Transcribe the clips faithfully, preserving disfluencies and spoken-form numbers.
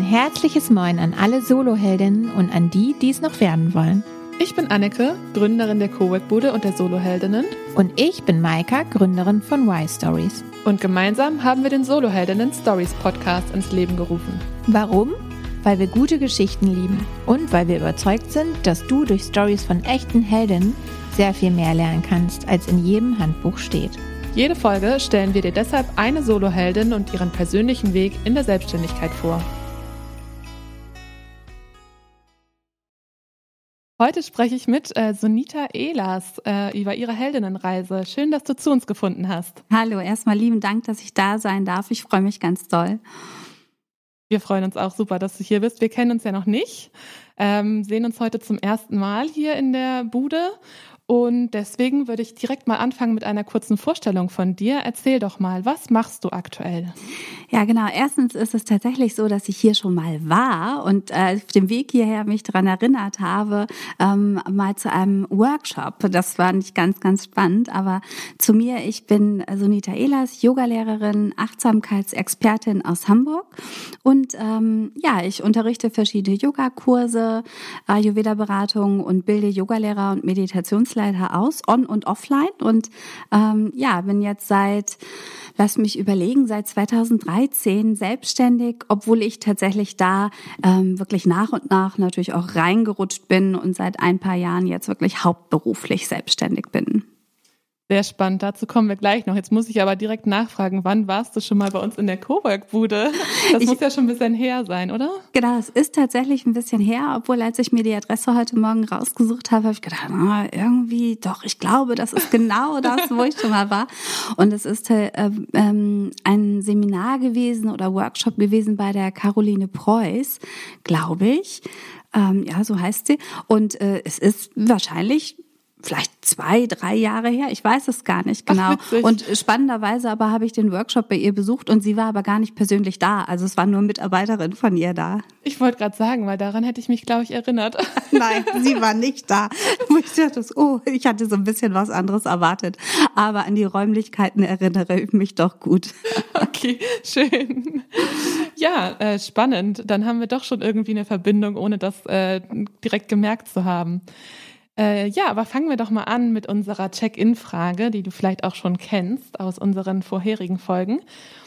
herzliches Moin an alle Soloheldinnen und an die, die es noch werden wollen. Ich bin Anneke, Gründerin der Cowork-Bude und der Soloheldinnen. Und ich bin Maika, Gründerin von Y-Stories. Und gemeinsam haben wir den Soloheldinnen Stories Podcast ins Leben gerufen. Warum? Weil wir gute Geschichten lieben und weil wir überzeugt sind, dass du durch Stories von echten Heldinnen sehr viel mehr lernen kannst, als in jedem Handbuch steht. Jede Folge stellen wir dir deshalb eine Soloheldin und ihren persönlichen Weg in der Selbstständigkeit vor. Heute spreche ich mit äh, Sunita Ehlers äh, über ihre Heldinnenreise. Schön, dass du zu uns gefunden hast. Hallo, erstmal lieben Dank, dass ich da sein darf. Ich freue mich ganz doll. Wir freuen uns auch super, dass du hier bist. Wir kennen uns ja noch nicht, ähm, sehen uns heute zum ersten Mal hier in der Bude. Und deswegen würde ich direkt mal anfangen mit einer kurzen Vorstellung von dir. Erzähl doch mal, was machst du aktuell? Ja, genau. Erstens ist es tatsächlich so, dass ich hier schon mal war und äh, auf dem Weg hierher mich daran erinnert habe, ähm, mal zu einem Workshop. Das war nicht ganz, ganz spannend, aber zu mir, ich bin Sunita Ehlers, Yogalehrerin, Achtsamkeitsexpertin aus Hamburg und ähm, ja, ich unterrichte verschiedene Yogakurse, Ayurveda-Beratungen und bilde Yogalehrer und Meditationsleiter aus, on und offline und ähm, ja, bin jetzt seit, lass mich überlegen, seit zweitausenddreizehn selbstständig, obwohl ich tatsächlich da ähm, wirklich nach und nach natürlich auch reingerutscht bin und seit ein paar Jahren jetzt wirklich hauptberuflich selbstständig bin. Sehr spannend, dazu kommen wir gleich noch. Jetzt muss ich aber direkt nachfragen, wann warst du schon mal bei uns in der Cowork-Bude? Das ich, muss ja schon ein bisschen her sein, oder? Genau, es ist tatsächlich ein bisschen her, obwohl als ich mir die Adresse heute Morgen rausgesucht habe, habe ich gedacht, ah, irgendwie doch, ich glaube, das ist genau das, wo ich schon mal war. Und es ist äh, ähm, ein Seminar gewesen oder Workshop gewesen bei der Caroline Preuß, glaube ich. Ähm, ja, so heißt sie. Und äh, es ist wahrscheinlich vielleicht zwei, drei Jahre her, ich weiß es gar nicht genau. Ach, und spannenderweise aber habe ich den Workshop bei ihr besucht und sie war aber gar nicht persönlich da. Also es war nur Mitarbeiterin von ihr da. Ich wollte gerade sagen, weil daran hätte ich mich, glaube ich, erinnert. Nein, sie war nicht da. Ich dachte, oh, ich hatte so ein bisschen was anderes erwartet. Aber an die Räumlichkeiten erinnere ich mich doch gut. Okay, schön. Ja, äh, spannend. Dann haben wir doch schon irgendwie eine Verbindung, ohne das äh, direkt gemerkt zu haben. Äh, ja, aber fangen wir doch mal an mit unserer Check-in-Frage, die du vielleicht auch schon kennst aus unseren vorherigen Folgen.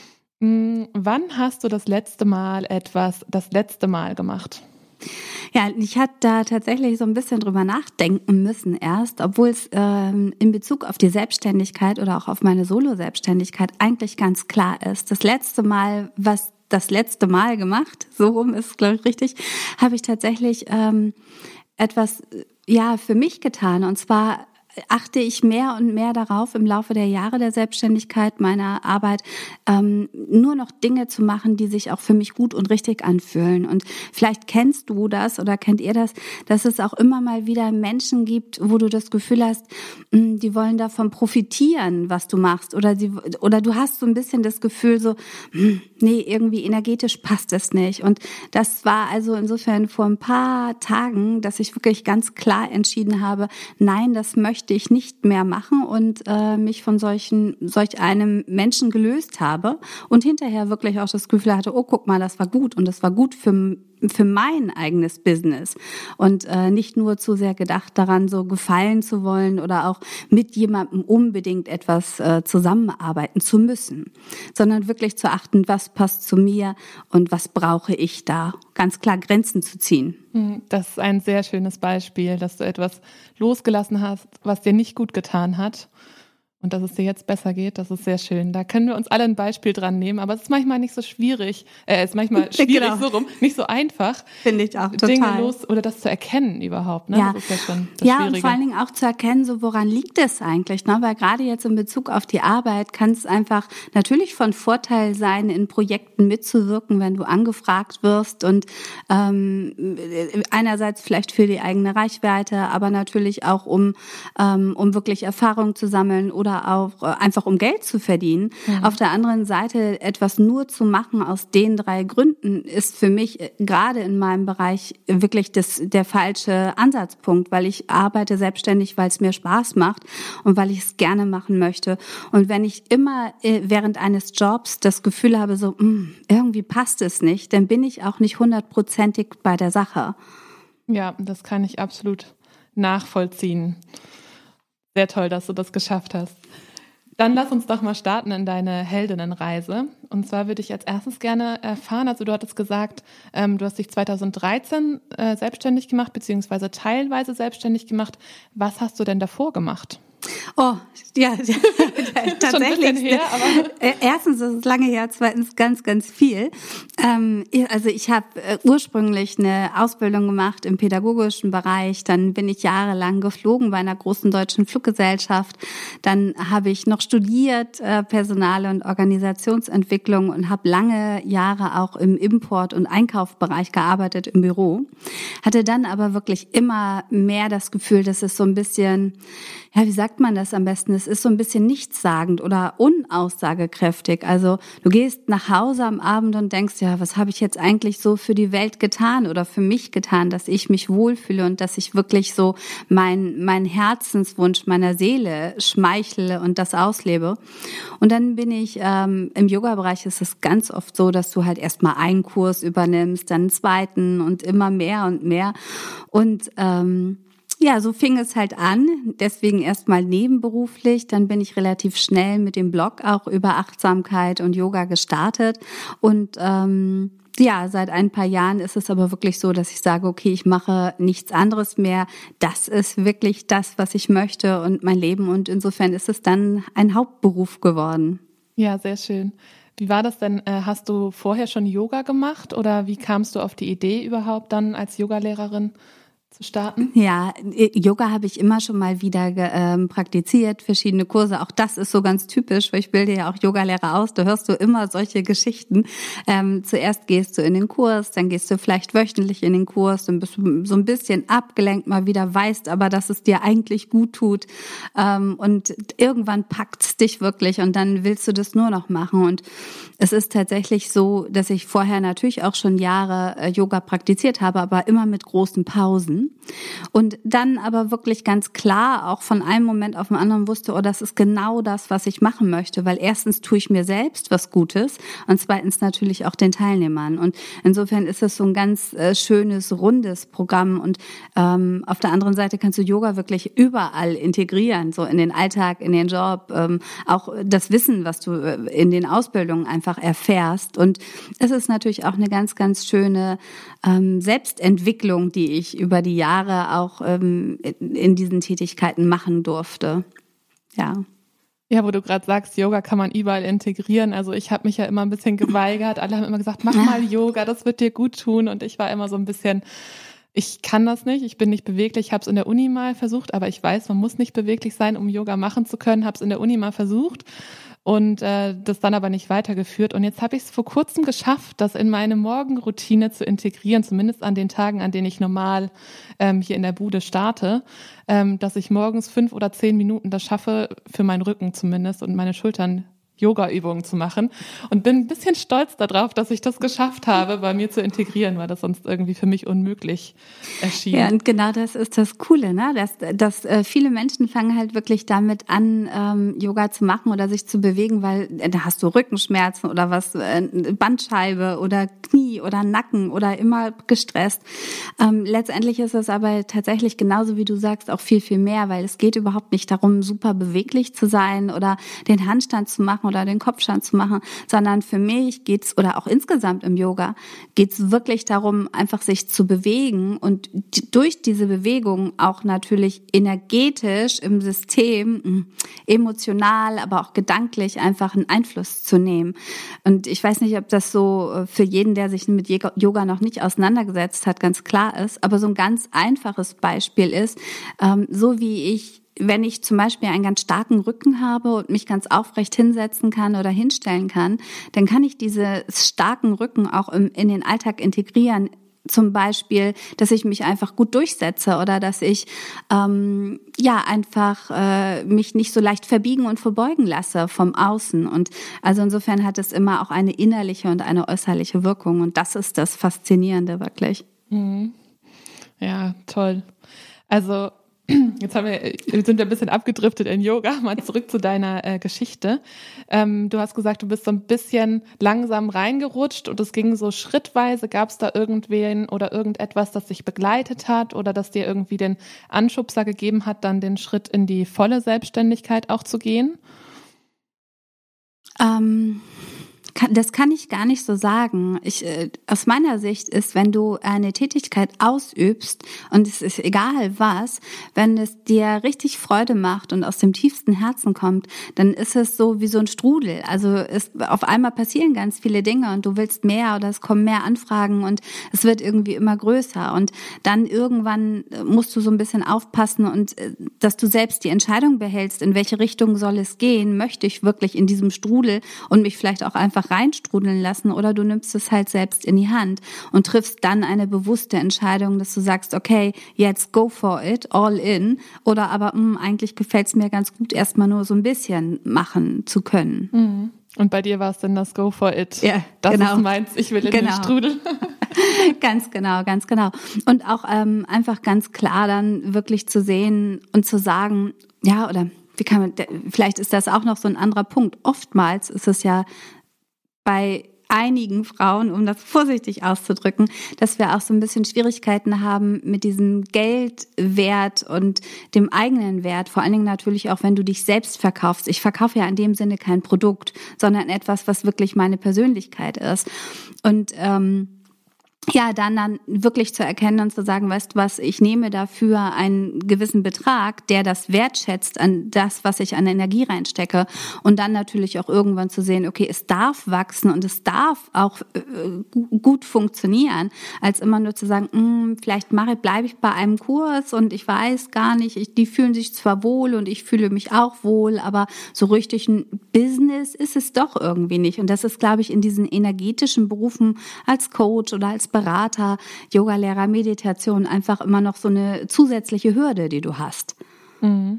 Hm, wann hast du das letzte Mal etwas das letzte Mal gemacht? Ja, ich hatte da tatsächlich so ein bisschen drüber nachdenken müssen erst, obwohl es ähm, in Bezug auf die Selbstständigkeit oder auch auf meine Solo-Selbstständigkeit eigentlich ganz klar ist. Das letzte Mal, was das letzte Mal gemacht, so rum ist, glaube ich, richtig, habe ich tatsächlich ähm, etwas ja für mich getan. Und zwar achte ich mehr und mehr darauf, im Laufe der Jahre der Selbstständigkeit, meiner Arbeit, ähm, nur noch Dinge zu machen, die sich auch für mich gut und richtig anfühlen. Und vielleicht kennst du das oder kennt ihr das, dass es auch immer mal wieder Menschen gibt, wo du das Gefühl hast, mh, die wollen davon profitieren, was du machst. Oder, die, oder du hast so ein bisschen das Gefühl so, mh, nee, irgendwie energetisch passt es nicht. Und das war also insofern vor ein paar Tagen, dass ich wirklich ganz klar entschieden habe, nein, das möchte ich nicht mehr machen und äh, mich von solchen solch einem Menschen gelöst habe und hinterher wirklich auch das Gefühl hatte, oh, guck mal, das war gut und das war gut für für mein eigenes Business und äh, nicht nur zu sehr gedacht daran, so gefallen zu wollen oder auch mit jemandem unbedingt etwas äh, zusammenarbeiten zu müssen, sondern wirklich zu achten, was passt zu mir und was brauche ich da, ganz klar Grenzen zu ziehen. Das ist ein sehr schönes Beispiel, dass du etwas losgelassen hast, was dir nicht gut getan hat. Und dass es dir jetzt besser geht, das ist sehr schön. Da können wir uns alle ein Beispiel dran nehmen, aber es ist manchmal nicht so schwierig, äh, es ist manchmal schwierig genau. so rum, nicht so einfach. Finde ich auch total. Dinge los oder das zu erkennen überhaupt, ne? Ja, das ist ja schon das ja Schwierige. Und vor allen Dingen auch zu erkennen, so woran liegt es eigentlich, ne? Weil gerade jetzt in Bezug auf die Arbeit kann es einfach natürlich von Vorteil sein, in Projekten mitzuwirken, wenn du angefragt wirst und ähm, einerseits vielleicht für die eigene Reichweite, aber natürlich auch um ähm, um wirklich Erfahrung zu sammeln oder oder auch einfach um Geld zu verdienen. Mhm. Auf der anderen Seite etwas nur zu machen aus den drei Gründen ist für mich gerade in meinem Bereich wirklich das, der falsche Ansatzpunkt, weil ich arbeite selbstständig, weil es mir Spaß macht und weil ich es gerne machen möchte. Und wenn ich immer während eines Jobs das Gefühl habe, so mh, irgendwie passt es nicht, dann bin ich auch nicht hundertprozentig bei der Sache. Ja, das kann ich absolut nachvollziehen. Sehr toll, dass du das geschafft hast. Dann lass uns doch mal starten in deine Heldinnenreise. Und zwar würde ich als erstes gerne erfahren, also du hattest gesagt, ähm, du hast dich zweitausenddreizehn äh, selbstständig gemacht, beziehungsweise teilweise selbstständig gemacht. Was hast du denn davor gemacht? Oh, ja, tatsächlich. Schon ein bisschen her, aber erstens ist es lange her, zweitens ganz, ganz viel. Ähm, also ich habe äh, ursprünglich eine Ausbildung gemacht im pädagogischen Bereich, dann bin ich jahrelang geflogen bei einer großen deutschen Fluggesellschaft, dann habe ich noch studiert äh, Personal- und Organisationsentwicklung und habe lange Jahre auch im Import- und Einkaufsbereich gearbeitet im Büro, hatte dann aber wirklich immer mehr das Gefühl, dass es so ein bisschen, ja, wie sagt man das am besten? Es ist so ein bisschen nichtssagend oder unaussagekräftig. Also du gehst nach Hause am Abend und denkst, ja, was habe ich jetzt eigentlich so für die Welt getan oder für mich getan, dass ich mich wohlfühle und dass ich wirklich so mein, mein Herzenswunsch meiner Seele schmeichle und das auslebe. Und dann bin ich, ähm, im Yoga-Bereich ist es ganz oft so, dass du halt erstmal einen Kurs übernimmst, dann einen zweiten und immer mehr und mehr. Und ähm, ja, so fing es halt an, deswegen erstmal nebenberuflich, dann bin ich relativ schnell mit dem Blog auch über Achtsamkeit und Yoga gestartet und ähm, ja, seit ein paar Jahren ist es aber wirklich so, dass ich sage, okay, ich mache nichts anderes mehr, das ist wirklich das, was ich möchte und mein Leben und insofern ist es dann ein Hauptberuf geworden. Ja, sehr schön. Wie war das denn? Hast du vorher schon Yoga gemacht oder wie kamst du auf die Idee überhaupt dann als Yogalehrerin zu starten? Ja, Yoga habe ich immer schon mal wieder ähm, praktiziert, verschiedene Kurse. Auch das ist so ganz typisch, weil ich bilde ja auch Yogalehrer aus. Da hörst du immer solche Geschichten. Ähm, zuerst gehst du in den Kurs, dann gehst du vielleicht wöchentlich in den Kurs, dann bist du so ein bisschen abgelenkt mal wieder, weißt aber, dass es dir eigentlich gut tut. Ähm, und irgendwann packt's dich wirklich und dann willst du das nur noch machen. Und es ist tatsächlich so, dass ich vorher natürlich auch schon Jahre äh, Yoga praktiziert habe, aber immer mit großen Pausen. Und dann aber wirklich ganz klar auch von einem Moment auf den anderen wusste, oh, das ist genau das, was ich machen möchte, weil erstens tue ich mir selbst was Gutes und zweitens natürlich auch den Teilnehmern. Und insofern ist es so ein ganz äh, schönes, rundes Programm und ähm, auf der anderen Seite kannst du Yoga wirklich überall integrieren, so in den Alltag, in den Job, ähm, auch das Wissen, was du in den Ausbildungen einfach erfährst. Und es ist natürlich auch eine ganz, ganz schöne ähm, Selbstentwicklung, die ich über die Jahre auch ähm, in diesen Tätigkeiten machen durfte. Ja. Ja, wo du gerade sagst, Yoga kann man überall integrieren. Also ich habe mich ja immer ein bisschen geweigert. Alle haben immer gesagt, mach mal Yoga, das wird dir gut tun. Und ich war immer so ein bisschen, ich kann das nicht, ich bin nicht beweglich. Ich habe es in der Uni mal versucht, aber ich weiß, man muss nicht beweglich sein, um Yoga machen zu können. Habe es in der Uni mal versucht und äh, das dann aber nicht weitergeführt. Und jetzt habe ich es vor kurzem geschafft, das in meine Morgenroutine zu integrieren, zumindest an den Tagen, an denen ich normal ähm, hier in der Bude starte, ähm, dass ich morgens fünf oder zehn Minuten das schaffe, für meinen Rücken zumindest und meine Schultern Yoga-Übungen zu machen und bin ein bisschen stolz darauf, dass ich das geschafft habe, bei mir zu integrieren, weil das sonst irgendwie für mich unmöglich erschien. Ja, und genau das ist das Coole, ne? Dass, dass äh, viele Menschen fangen halt wirklich damit an, ähm, Yoga zu machen oder sich zu bewegen, weil äh, da hast du Rückenschmerzen oder was, äh, Bandscheibe oder Knie oder Nacken oder immer gestresst. Ähm, letztendlich ist es aber tatsächlich genauso, wie du sagst, auch viel, viel mehr, weil es geht überhaupt nicht darum, super beweglich zu sein oder den Handstand zu machen oder den Kopfstand zu machen, sondern für mich geht's oder auch insgesamt im Yoga geht's wirklich darum, einfach sich zu bewegen und durch diese Bewegung auch natürlich energetisch im System, emotional, aber auch gedanklich einfach einen Einfluss zu nehmen. Und ich weiß nicht, ob das so für jeden, der sich mit Yoga noch nicht auseinandergesetzt hat, ganz klar ist, aber so ein ganz einfaches Beispiel ist, so wie ich wenn ich zum Beispiel einen ganz starken Rücken habe und mich ganz aufrecht hinsetzen kann oder hinstellen kann, dann kann ich diese starken Rücken auch im, in den Alltag integrieren, zum Beispiel, dass ich mich einfach gut durchsetze oder dass ich ähm, ja einfach äh, mich nicht so leicht verbiegen und verbeugen lasse vom Außen. Und also insofern hat es immer auch eine innerliche und eine äußerliche Wirkung. Und das ist das Faszinierende wirklich. Mhm. Ja, toll. Also jetzt haben wir, sind wir ein bisschen abgedriftet in Yoga. Mal zurück zu deiner äh, Geschichte. Ähm, du hast gesagt, du bist so ein bisschen langsam reingerutscht und es ging so schrittweise. Gab es da irgendwen oder irgendetwas, das dich begleitet hat oder das dir irgendwie den Anschubser gegeben hat, dann den Schritt in die volle Selbstständigkeit auch zu gehen? Ähm... Das kann ich gar nicht so sagen. Ich, aus meiner Sicht ist, wenn du eine Tätigkeit ausübst, und es ist egal was, wenn es dir richtig Freude macht und aus dem tiefsten Herzen kommt, dann ist es so wie so ein Strudel. Also es, auf einmal passieren ganz viele Dinge und du willst mehr oder es kommen mehr Anfragen und es wird irgendwie immer größer. Und dann irgendwann musst du so ein bisschen aufpassen und dass du selbst die Entscheidung behältst, in welche Richtung soll es gehen, möchte ich wirklich in diesem Strudel und mich vielleicht auch einfach reinstrudeln lassen oder du nimmst es halt selbst in die Hand und triffst dann eine bewusste Entscheidung, dass du sagst, okay, jetzt go for it, all in, oder aber mh, eigentlich gefällt es mir ganz gut, erstmal nur so ein bisschen machen zu können. Mhm. Und bei dir war es dann das go for it. Ja, das genau. ist meins, ich will in genau. den Strudel. Ganz genau, ganz genau. Und auch ähm, einfach ganz klar dann wirklich zu sehen und zu sagen, ja, oder wie kann man, vielleicht ist das auch noch so ein anderer Punkt. Oftmals ist es ja bei einigen Frauen, um das vorsichtig auszudrücken, dass wir auch so ein bisschen Schwierigkeiten haben mit diesem Geldwert und dem eigenen Wert. Vor allen Dingen natürlich auch, wenn du dich selbst verkaufst. Ich verkaufe ja in dem Sinne kein Produkt, sondern etwas, was wirklich meine Persönlichkeit ist. Und ähm, ja, dann dann wirklich zu erkennen und zu sagen, weißt du was, ich nehme dafür einen gewissen Betrag, der das wertschätzt an das, was ich an Energie reinstecke, und dann natürlich auch irgendwann zu sehen, okay, es darf wachsen und es darf auch äh, gut funktionieren, als immer nur zu sagen, mh, vielleicht mache, bleibe ich bei einem Kurs und ich weiß gar nicht, ich, die fühlen sich zwar wohl und ich fühle mich auch wohl, aber so richtig ein Business ist es doch irgendwie nicht. Und das ist, glaube ich, in diesen energetischen Berufen als Coach oder als Berater, Yogalehrer, Meditation einfach immer noch so eine zusätzliche Hürde, die du hast. Mhm.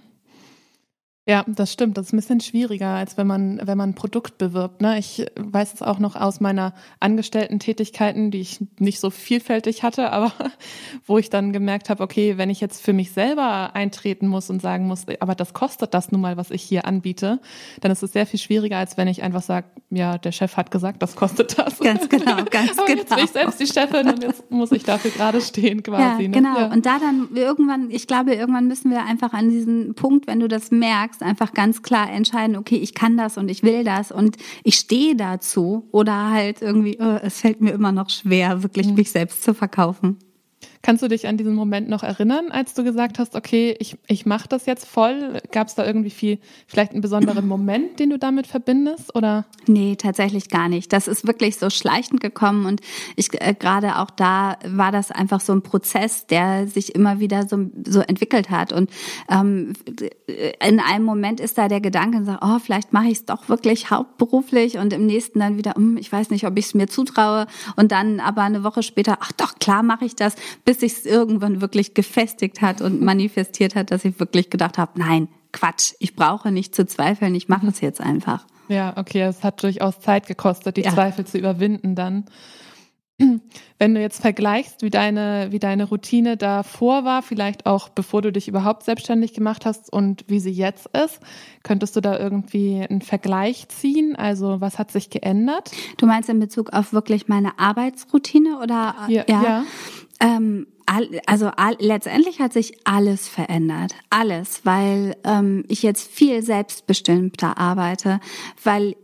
Ja, das stimmt. Das ist ein bisschen schwieriger, als wenn man, wenn man ein Produkt bewirbt, ne? Ich weiß es auch noch aus meiner Angestellten-Tätigkeiten, die ich nicht so vielfältig hatte, aber wo ich dann gemerkt habe, okay, wenn ich jetzt für mich selber eintreten muss und sagen muss, aber das kostet das nun mal, was ich hier anbiete, dann ist es sehr viel schwieriger, als wenn ich einfach sage, ja, der Chef hat gesagt, das kostet das. Ganz genau, ganz aber genau. Jetzt bin ich selbst die Chefin und jetzt muss ich dafür gerade stehen quasi. Ja, ne? genau. Ja. Und da dann irgendwann, ich glaube, irgendwann müssen wir einfach an diesen Punkt, wenn du das merkst, einfach ganz klar entscheiden, okay, ich kann das und ich will das und ich stehe dazu, oder halt irgendwie, oh, es fällt mir immer noch schwer, wirklich mich selbst zu verkaufen. Kannst du dich an diesen Moment noch erinnern, als du gesagt hast, okay, ich, ich mache das jetzt voll? Gab es da irgendwie viel, vielleicht einen besonderen Moment, den du damit verbindest, oder? Nee, tatsächlich gar nicht. Das ist wirklich so schleichend gekommen und ich äh, gerade auch da war das einfach so ein Prozess, der sich immer wieder so, so entwickelt hat. Und ähm, in einem Moment ist da der Gedanke, sagt, oh, vielleicht mache ich es doch wirklich hauptberuflich, und im nächsten dann wieder, hm, ich weiß nicht, ob ich es mir zutraue, und dann aber eine Woche später, ach doch, klar mache ich das, bis sich es irgendwann wirklich gefestigt hat und manifestiert hat, dass ich wirklich gedacht habe, nein, Quatsch, ich brauche nicht zu zweifeln, ich mache es jetzt einfach. Ja, okay, es hat durchaus Zeit gekostet, die ja. Zweifel zu überwinden dann. Wenn du jetzt vergleichst, wie deine, wie deine Routine davor war, vielleicht auch bevor du dich überhaupt selbstständig gemacht hast und wie sie jetzt ist, könntest du da irgendwie einen Vergleich ziehen? Also was hat sich geändert? Du meinst in Bezug auf wirklich meine Arbeitsroutine oder? Ja. ja. ja. Ähm, also all, letztendlich hat sich alles verändert, alles, weil ähm, ich jetzt viel selbstbestimmter arbeite, weil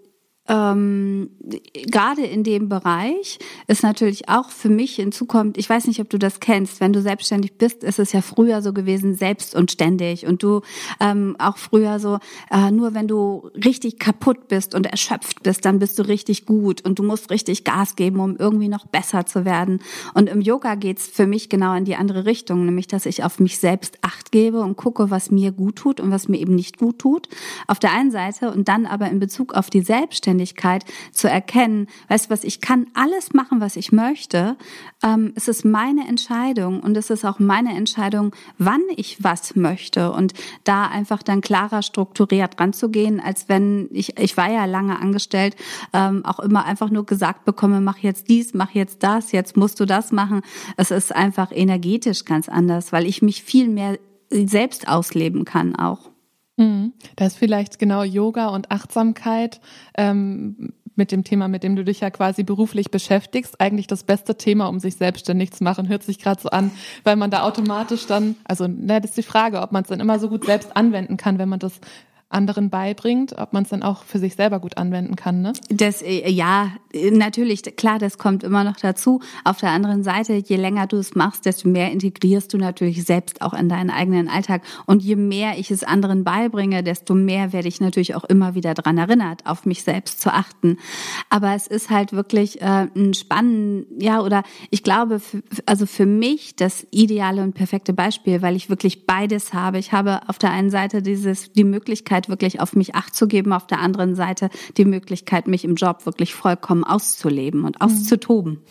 Ähm, gerade in dem Bereich ist natürlich auch für mich hinzukommt, ich weiß nicht, ob du das kennst, wenn du selbstständig bist, ist es ja früher so gewesen, selbst und ständig, und du ähm, auch früher so, äh, nur wenn du richtig kaputt bist und erschöpft bist, dann bist du richtig gut und du musst richtig Gas geben, um irgendwie noch besser zu werden. Und im Yoga geht's für mich genau in die andere Richtung, nämlich, dass ich auf mich selbst Acht gebe und gucke, was mir gut tut und was mir eben nicht gut tut, auf der einen Seite, und dann aber in Bezug auf die Selbstständigkeit Selbstständigkeit zu erkennen, weißt du was, ich kann alles machen, was ich möchte. Ähm, es ist meine Entscheidung und es ist auch meine Entscheidung, wann ich was möchte und da einfach dann klarer strukturiert ranzugehen, als wenn ich, ich war ja lange angestellt, ähm, auch immer einfach nur gesagt bekomme, mach jetzt dies, mach jetzt das, jetzt musst du das machen. Es ist einfach energetisch ganz anders, weil ich mich viel mehr selbst ausleben kann auch. Mhm. Da ist vielleicht genau Yoga und Achtsamkeit ähm, mit dem Thema, mit dem du dich ja quasi beruflich beschäftigst, eigentlich das beste Thema, um sich selbstständig zu machen. Hört sich gerade so an, weil man da automatisch dann, also ne, das ist die Frage, ob man es dann immer so gut selbst anwenden kann, wenn man das anderen beibringt, ob man es dann auch für sich selber gut anwenden kann, ne? Das, ja, natürlich, klar, das kommt immer noch dazu. Auf der anderen Seite, je länger du es machst, desto mehr integrierst du natürlich selbst auch in deinen eigenen Alltag. Und je mehr ich es anderen beibringe, desto mehr werde ich natürlich auch immer wieder daran erinnert, auf mich selbst zu achten. Aber es ist halt wirklich äh, ein spannend, ja, oder ich glaube, für, also für mich das ideale und perfekte Beispiel, weil ich wirklich beides habe. Ich habe auf der einen Seite dieses, die Möglichkeit, wirklich auf mich Acht zu geben, auf der anderen Seite die Möglichkeit, mich im Job wirklich vollkommen auszuleben und auszutoben.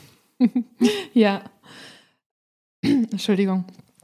Ja. Entschuldigung.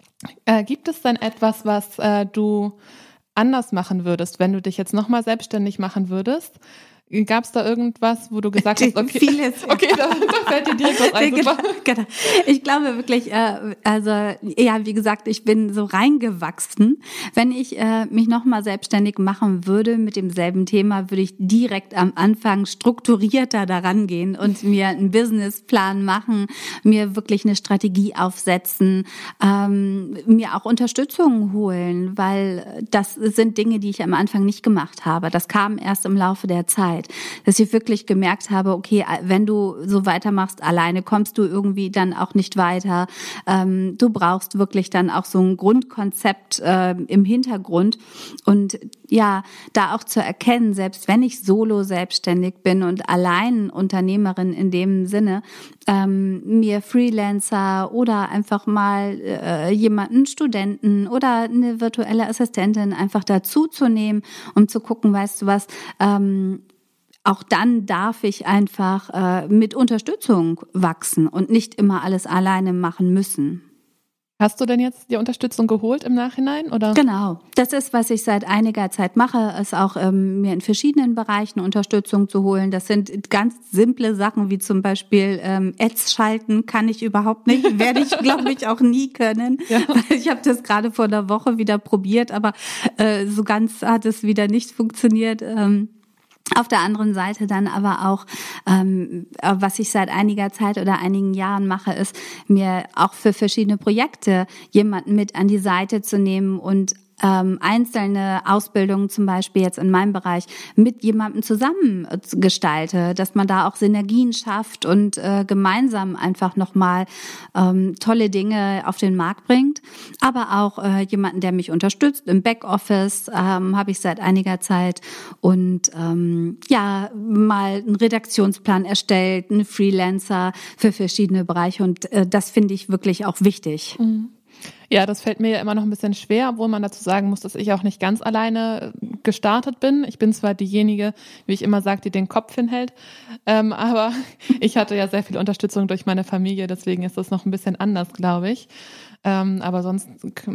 Äh, gibt es denn etwas, was äh, du anders machen würdest, wenn du dich jetzt nochmal selbstständig machen würdest? Gab es da irgendwas, wo du gesagt hast, okay, Vieles, ja. okay, da, da fällt dir direkt was ein. Genau, genau. Ich glaube wirklich, äh, also ja, wie gesagt, ich bin so reingewachsen. Wenn ich äh, mich nochmal selbstständig machen würde mit demselben Thema, würde ich direkt am Anfang strukturierter daran gehen und mir einen Businessplan machen, mir wirklich eine Strategie aufsetzen, ähm, mir auch Unterstützung holen, weil das sind Dinge, die ich am Anfang nicht gemacht habe. Das kam erst im Laufe der Zeit. Dass ich wirklich gemerkt habe, okay, wenn du so weitermachst, alleine kommst du irgendwie dann auch nicht weiter. Ähm, du brauchst wirklich dann auch so ein Grundkonzept äh, im Hintergrund und ja, da auch zu erkennen, selbst wenn ich solo selbstständig bin und allein Unternehmerin in dem Sinne, ähm, mir Freelancer oder einfach mal äh, jemanden, Studenten oder eine virtuelle Assistentin einfach dazu zu nehmen, um zu gucken, weißt du was, ähm, auch dann darf ich einfach äh, mit Unterstützung wachsen und nicht immer alles alleine machen müssen. Hast du denn jetzt die Unterstützung geholt im Nachhinein, oder? Genau, das ist, was ich seit einiger Zeit mache, ist auch ähm, mir in verschiedenen Bereichen Unterstützung zu holen. Das sind ganz simple Sachen, wie zum Beispiel ähm, Ads schalten, kann ich überhaupt nicht, werde ich, glaube ich, auch nie können. Ja. Ich habe das gerade vor einer Woche wieder probiert, aber äh, so ganz hat es wieder nicht funktioniert. Ähm, Auf der anderen Seite dann aber auch, ähm, was ich seit einiger Zeit oder einigen Jahren mache, ist, mir auch für verschiedene Projekte jemanden mit an die Seite zu nehmen und ähm, einzelne Ausbildungen zum Beispiel jetzt in meinem Bereich mit jemandem zusammen gestalte, dass man da auch Synergien schafft und äh, gemeinsam einfach nochmal ähm, tolle Dinge auf den Markt bringt. Aber auch äh, jemanden, der mich unterstützt im Backoffice, ähm, habe ich seit einiger Zeit und ähm, ja, mal einen Redaktionsplan erstellt, einen Freelancer für verschiedene Bereiche und äh, das finde ich wirklich auch wichtig. Mhm. Ja, das fällt mir ja immer noch ein bisschen schwer, obwohl man dazu sagen muss, dass ich auch nicht ganz alleine gestartet bin. Ich bin zwar diejenige, wie ich immer sage, die den Kopf hinhält, ähm, aber ich hatte ja sehr viel Unterstützung durch meine Familie, deswegen ist das noch ein bisschen anders, glaube ich. Ähm, aber sonst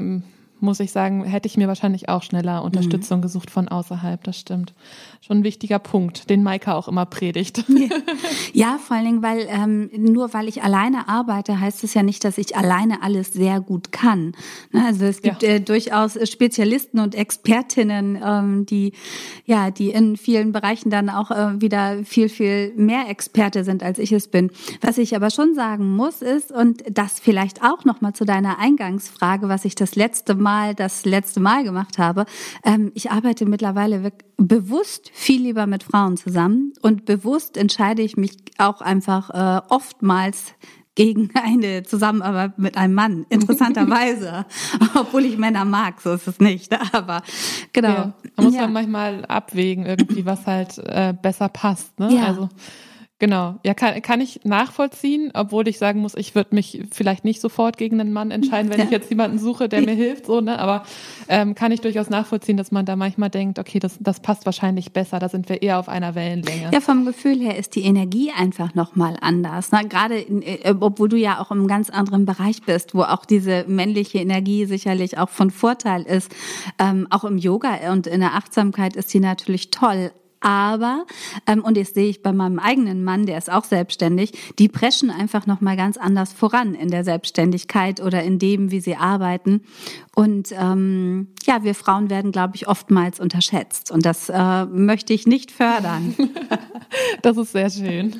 muss ich sagen, hätte ich mir wahrscheinlich auch schneller Unterstützung mhm. gesucht von außerhalb, das stimmt. Schon ein wichtiger Punkt, den Maika auch immer predigt. Ja, ja, vor allen Dingen, weil ähm, nur weil ich alleine arbeite, heißt es ja nicht, dass ich alleine alles sehr gut kann. Also es gibt ja. äh, durchaus Spezialisten und Expertinnen, ähm, die ja, die in vielen Bereichen dann auch äh, wieder viel, viel mehr Experte sind, als ich es bin. Was ich aber schon sagen muss ist, und das vielleicht auch nochmal zu deiner Eingangsfrage, was ich das letzte Mal Mal das letzte Mal gemacht habe. Ähm, ich arbeite mittlerweile bewusst viel lieber mit Frauen zusammen und bewusst entscheide ich mich auch einfach äh, oftmals gegen eine Zusammenarbeit mit einem Mann, interessanterweise. Obwohl ich Männer mag, so ist es nicht. Aber genau. Ja, man muss ja. man manchmal abwägen, irgendwie, was halt äh, besser passt. Ne? Ja. Also Genau, ja, kann, kann ich nachvollziehen, obwohl ich sagen muss, ich würde mich vielleicht nicht sofort gegen einen Mann entscheiden, wenn ja. ich jetzt jemanden suche, der mir hilft, so, ne? Aber ähm, kann ich durchaus nachvollziehen, dass man da manchmal denkt, okay, das, das passt wahrscheinlich besser, da sind wir eher auf einer Wellenlänge. Ja, vom Gefühl her ist die Energie einfach nochmal anders. Ne? Gerade, äh, obwohl du ja auch im ganz anderen Bereich bist, wo auch diese männliche Energie sicherlich auch von Vorteil ist. Ähm, auch im Yoga und in der Achtsamkeit ist die natürlich toll. Aber, ähm, und das sehe ich bei meinem eigenen Mann, der ist auch selbstständig, die preschen einfach nochmal ganz anders voran in der Selbstständigkeit oder in dem, wie sie arbeiten. Und ähm, ja, wir Frauen werden, glaube ich, oftmals unterschätzt. Und das äh, möchte ich nicht fördern. Das ist sehr schön.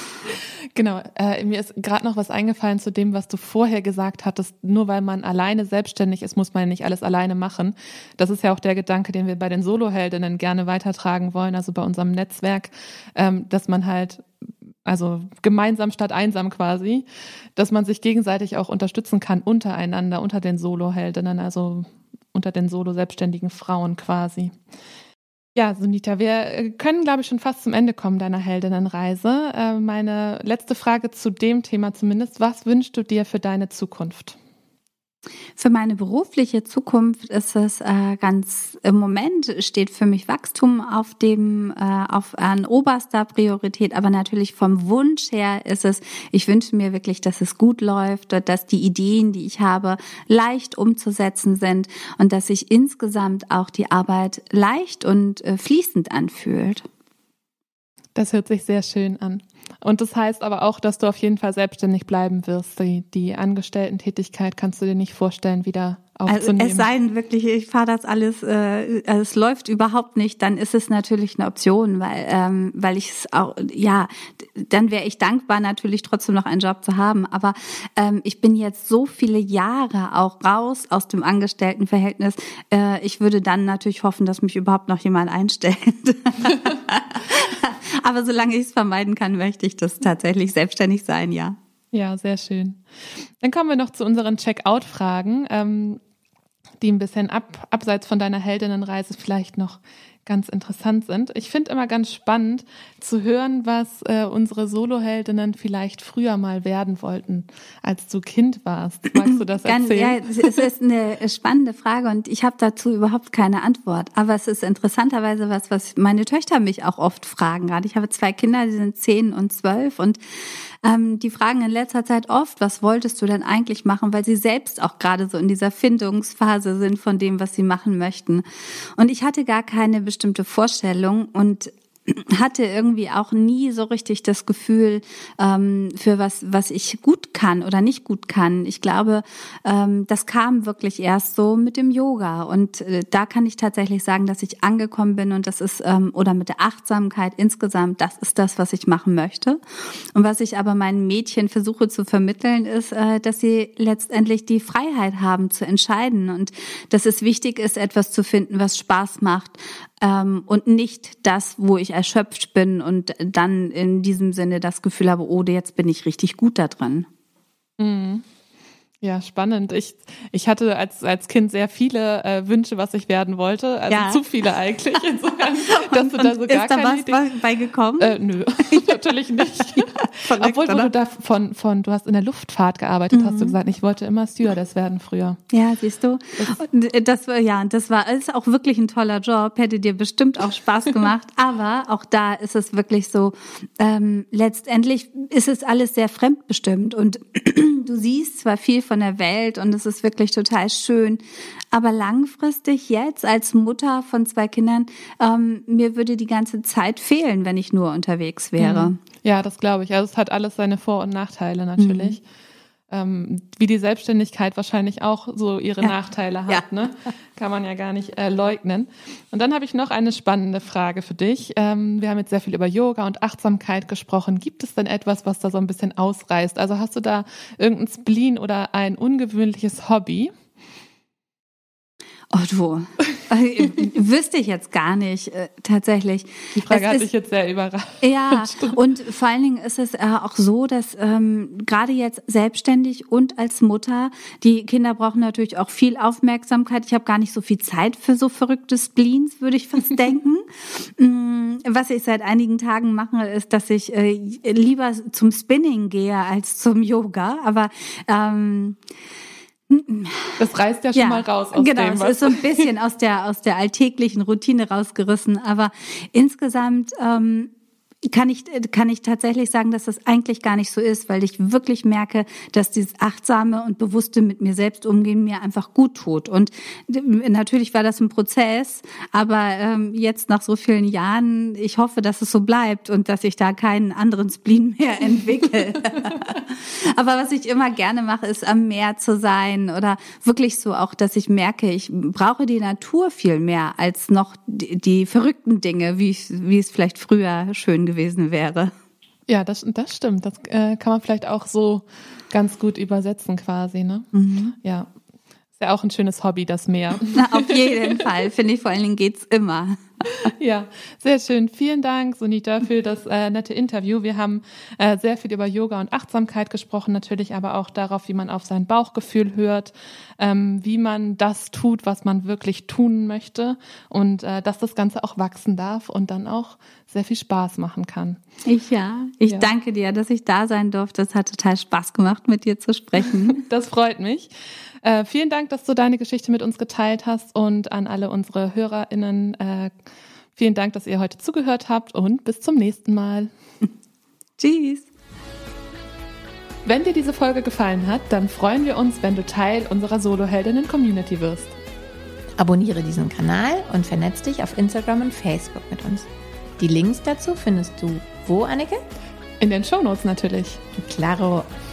Genau, äh, mir ist gerade noch was eingefallen zu dem, was du vorher gesagt hattest. Nur weil man alleine selbstständig ist, muss man ja nicht alles alleine machen. Das ist ja auch der Gedanke, den wir bei den Soloheldinnen gerne weitertragen wollen, also bei unserem Netzwerk, ähm, dass man halt, also gemeinsam statt einsam quasi, dass man sich gegenseitig auch unterstützen kann untereinander, unter den Soloheldinnen, also unter den solo-selbstständigen Frauen quasi. Ja, Sunita, wir können, glaube ich, schon fast zum Ende kommen deiner Heldinnenreise. Äh, meine letzte Frage zu dem Thema zumindest. Was wünschst du dir für deine Zukunft? Für meine berufliche Zukunft ist es äh, ganz, im Moment steht für mich Wachstum auf dem, äh, auf an oberster Priorität, aber natürlich vom Wunsch her ist es, ich wünsche mir wirklich, dass es gut läuft, dass die Ideen, die ich habe, leicht umzusetzen sind und dass sich insgesamt auch die Arbeit leicht und äh, fließend anfühlt. Das hört sich sehr schön an. Und das heißt aber auch, dass du auf jeden Fall selbstständig bleiben wirst. Die, die Angestellten-Tätigkeit kannst du dir nicht vorstellen, wieder aufzunehmen. Also es sei denn wirklich, ich fahre das alles, äh, es läuft überhaupt nicht, dann ist es natürlich eine Option, weil ähm, weil ich es auch, ja, dann wäre ich dankbar, natürlich trotzdem noch einen Job zu haben. Aber ähm, ich bin jetzt so viele Jahre auch raus aus dem Angestelltenverhältnis. Äh, ich würde dann natürlich hoffen, dass mich überhaupt noch jemand einstellt. Aber solange ich es vermeiden kann, möchte ich das tatsächlich selbstständig sein, ja. Ja, sehr schön. Dann kommen wir noch zu unseren Check-out-Fragen, ähm, die ein bisschen ab, abseits von deiner Heldinnenreise vielleicht noch ganz interessant sind. Ich finde immer ganz spannend zu hören, was äh, unsere Soloheldinnen vielleicht früher mal werden wollten, als du Kind warst. Magst du das erzählen? Ja, es ist eine spannende Frage und ich habe dazu überhaupt keine Antwort. Aber es ist interessanterweise was, was meine Töchter mich auch oft fragen. Gerade ich habe zwei Kinder, die sind zehn und zwölf und ähm, die fragen in letzter Zeit oft, was wolltest du denn eigentlich machen, weil sie selbst auch gerade so in dieser Findungsphase sind von dem, was sie machen möchten. Und ich hatte gar keine bestimmte Vorstellung und hatte irgendwie auch nie so richtig das Gefühl ähm, für was, was ich gut kann oder nicht gut kann. Ich glaube, ähm, das kam wirklich erst so mit dem Yoga und äh, da kann ich tatsächlich sagen, dass ich angekommen bin und das ist ähm, oder mit der Achtsamkeit insgesamt, das ist das, was ich machen möchte. Und was ich aber meinen Mädchen versuche zu vermitteln, ist, äh, dass sie letztendlich die Freiheit haben zu entscheiden und dass es wichtig ist, etwas zu finden, was Spaß macht ähm, und nicht das, wo ich erschöpft bin und dann in diesem Sinne das Gefühl habe, oh, jetzt bin ich richtig gut da drin. Mhm. Ja, spannend. Ich, ich hatte als, als Kind sehr viele äh, Wünsche, was ich werden wollte. Also ja. Zu viele eigentlich. Insofern, dass du da so gar ist da keine was Idee... bei gekommen? Äh, nö, natürlich nicht. Verrückt, Obwohl, wo du da von, von, du hast in der Luftfahrt gearbeitet, mhm. hast du gesagt, ich wollte immer Stewardess werden früher. Ja, siehst du. Das, das war, ja, das war, ist auch wirklich ein toller Job, hätte dir bestimmt auch Spaß gemacht. Aber auch da ist es wirklich so, ähm, letztendlich ist es alles sehr fremdbestimmt und du siehst zwar viel von der Welt und es ist wirklich total schön, aber langfristig jetzt als Mutter von zwei Kindern, ähm, mir würde die ganze Zeit fehlen, wenn ich nur unterwegs wäre. Ja, das glaube ich. Also es hat alles seine Vor- und Nachteile natürlich. Mhm. Ähm, wie die Selbstständigkeit wahrscheinlich auch so ihre ja. Nachteile hat, ja. ne? Kann man ja gar nicht äh, leugnen. Und dann habe ich noch eine spannende Frage für dich. Ähm, wir haben jetzt sehr viel über Yoga und Achtsamkeit gesprochen. Gibt es denn etwas, was da so ein bisschen ausreißt? Also hast du da irgendein Spleen oder ein ungewöhnliches Hobby? Oh du, Wüsste ich jetzt gar nicht, äh, tatsächlich. Die Frage es hat ist, dich jetzt sehr überrascht. Ja, und vor allen Dingen ist es äh, auch so, dass ähm, gerade jetzt selbstständig und als Mutter, die Kinder brauchen natürlich auch viel Aufmerksamkeit. Ich habe gar nicht so viel Zeit für so verrückte Spleens, würde ich fast denken. Was ich seit einigen Tagen mache, ist, dass ich äh, lieber zum Spinning gehe als zum Yoga. Aber ähm, das reißt ja schon ja, mal raus aus genau, dem, was... Genau, es ist so ein bisschen aus der, aus der alltäglichen Routine rausgerissen. Aber insgesamt ähm, kann ich, kann ich tatsächlich sagen, dass das eigentlich gar nicht so ist, weil ich wirklich merke, dass dieses achtsame und bewusste mit mir selbst umgehen mir einfach gut tut. Und natürlich war das ein Prozess, aber ähm, jetzt nach so vielen Jahren, ich hoffe, dass es so bleibt und dass ich da keinen anderen Spleen mehr entwickle. Aber was ich immer gerne mache, ist am Meer zu sein oder wirklich so auch, dass ich merke, ich brauche die Natur viel mehr als noch die, die verrückten Dinge, wie, wie es vielleicht früher schön gewesen wäre. Ja, das, das stimmt. Das äh, kann man vielleicht auch so ganz gut übersetzen quasi, ne? Mhm. Ja, ist ja auch ein schönes Hobby, das Meer. Na, auf jeden Fall, finde ich, vor allen Dingen geht's immer. Ja, sehr schön. Vielen Dank, Sunita, für das äh, nette Interview. Wir haben äh, sehr viel über Yoga und Achtsamkeit gesprochen, natürlich aber auch darauf, wie man auf sein Bauchgefühl hört, ähm, wie man das tut, was man wirklich tun möchte und äh, dass das Ganze auch wachsen darf und dann auch sehr viel Spaß machen kann. Ich ja. Ich ja. danke dir, dass ich da sein durfte. Es hat total Spaß gemacht, mit dir zu sprechen. Das freut mich. Äh, vielen Dank, dass du deine Geschichte mit uns geteilt hast und an alle unsere HörerInnen äh, vielen Dank, dass ihr heute zugehört habt und bis zum nächsten Mal. Tschüss. Wenn dir diese Folge gefallen hat, dann freuen wir uns, wenn du Teil unserer Solo-Heldinnen-Community wirst. Abonniere diesen Kanal und vernetz dich auf Instagram und Facebook mit uns. Die Links dazu findest du wo, Anneke? In den Shownotes natürlich. Klaro.